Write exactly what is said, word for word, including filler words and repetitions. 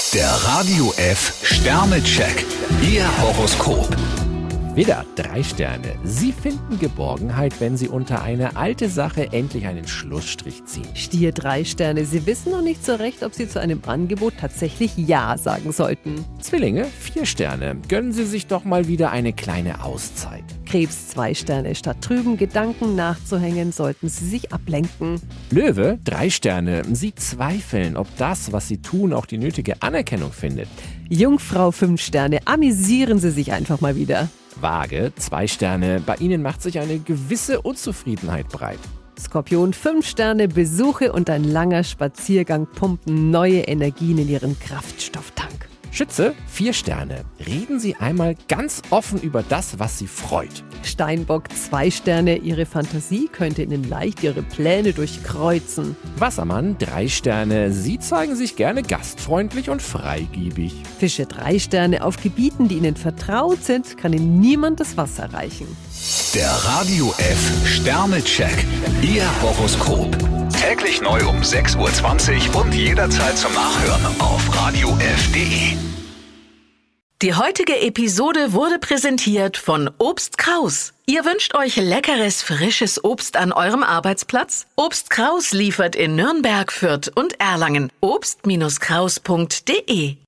Der Radio F Sternecheck. Ihr Horoskop. Widder, drei Sterne. Sie finden Geborgenheit, wenn Sie unter eine alte Sache endlich einen Schlussstrich ziehen. Stier, drei Sterne. Sie wissen noch nicht so recht, ob Sie zu einem Angebot tatsächlich Ja sagen sollten. Zwillinge, vier Sterne. Gönnen Sie sich doch mal wieder eine kleine Auszeit. Krebs, zwei Sterne. Statt trüben Gedanken nachzuhängen, sollten Sie sich ablenken. Löwe, drei Sterne. Sie zweifeln, ob das, was Sie tun, auch die nötige Anerkennung findet. Jungfrau, fünf Sterne. Amüsieren Sie sich einfach mal wieder. Waage, zwei Sterne. Bei Ihnen macht sich eine gewisse Unzufriedenheit breit. Skorpion, fünf Sterne. Besuche und ein langer Spaziergang pumpen neue Energien in Ihren Kraftstofftank. Schütze, vier Sterne. Reden Sie einmal ganz offen über das, was Sie freut. Steinbock, zwei Sterne. Ihre Fantasie könnte Ihnen leicht Ihre Pläne durchkreuzen. Wassermann, drei Sterne. Sie zeigen sich gerne gastfreundlich und freigebig. Fische, drei Sterne. Auf Gebieten, die Ihnen vertraut sind, kann Ihnen niemand das Wasser reichen. Der Radio F Sternecheck. Ihr Horoskop. Täglich neu um sechs Uhr zwanzig und jederzeit zum Nachhören auf radio f punkt de. Die heutige Episode wurde präsentiert von Obst Kraus. Ihr wünscht euch leckeres, frisches Obst an eurem Arbeitsplatz? Obst Kraus liefert in Nürnberg, Fürth und Erlangen. obst Kraus punkt de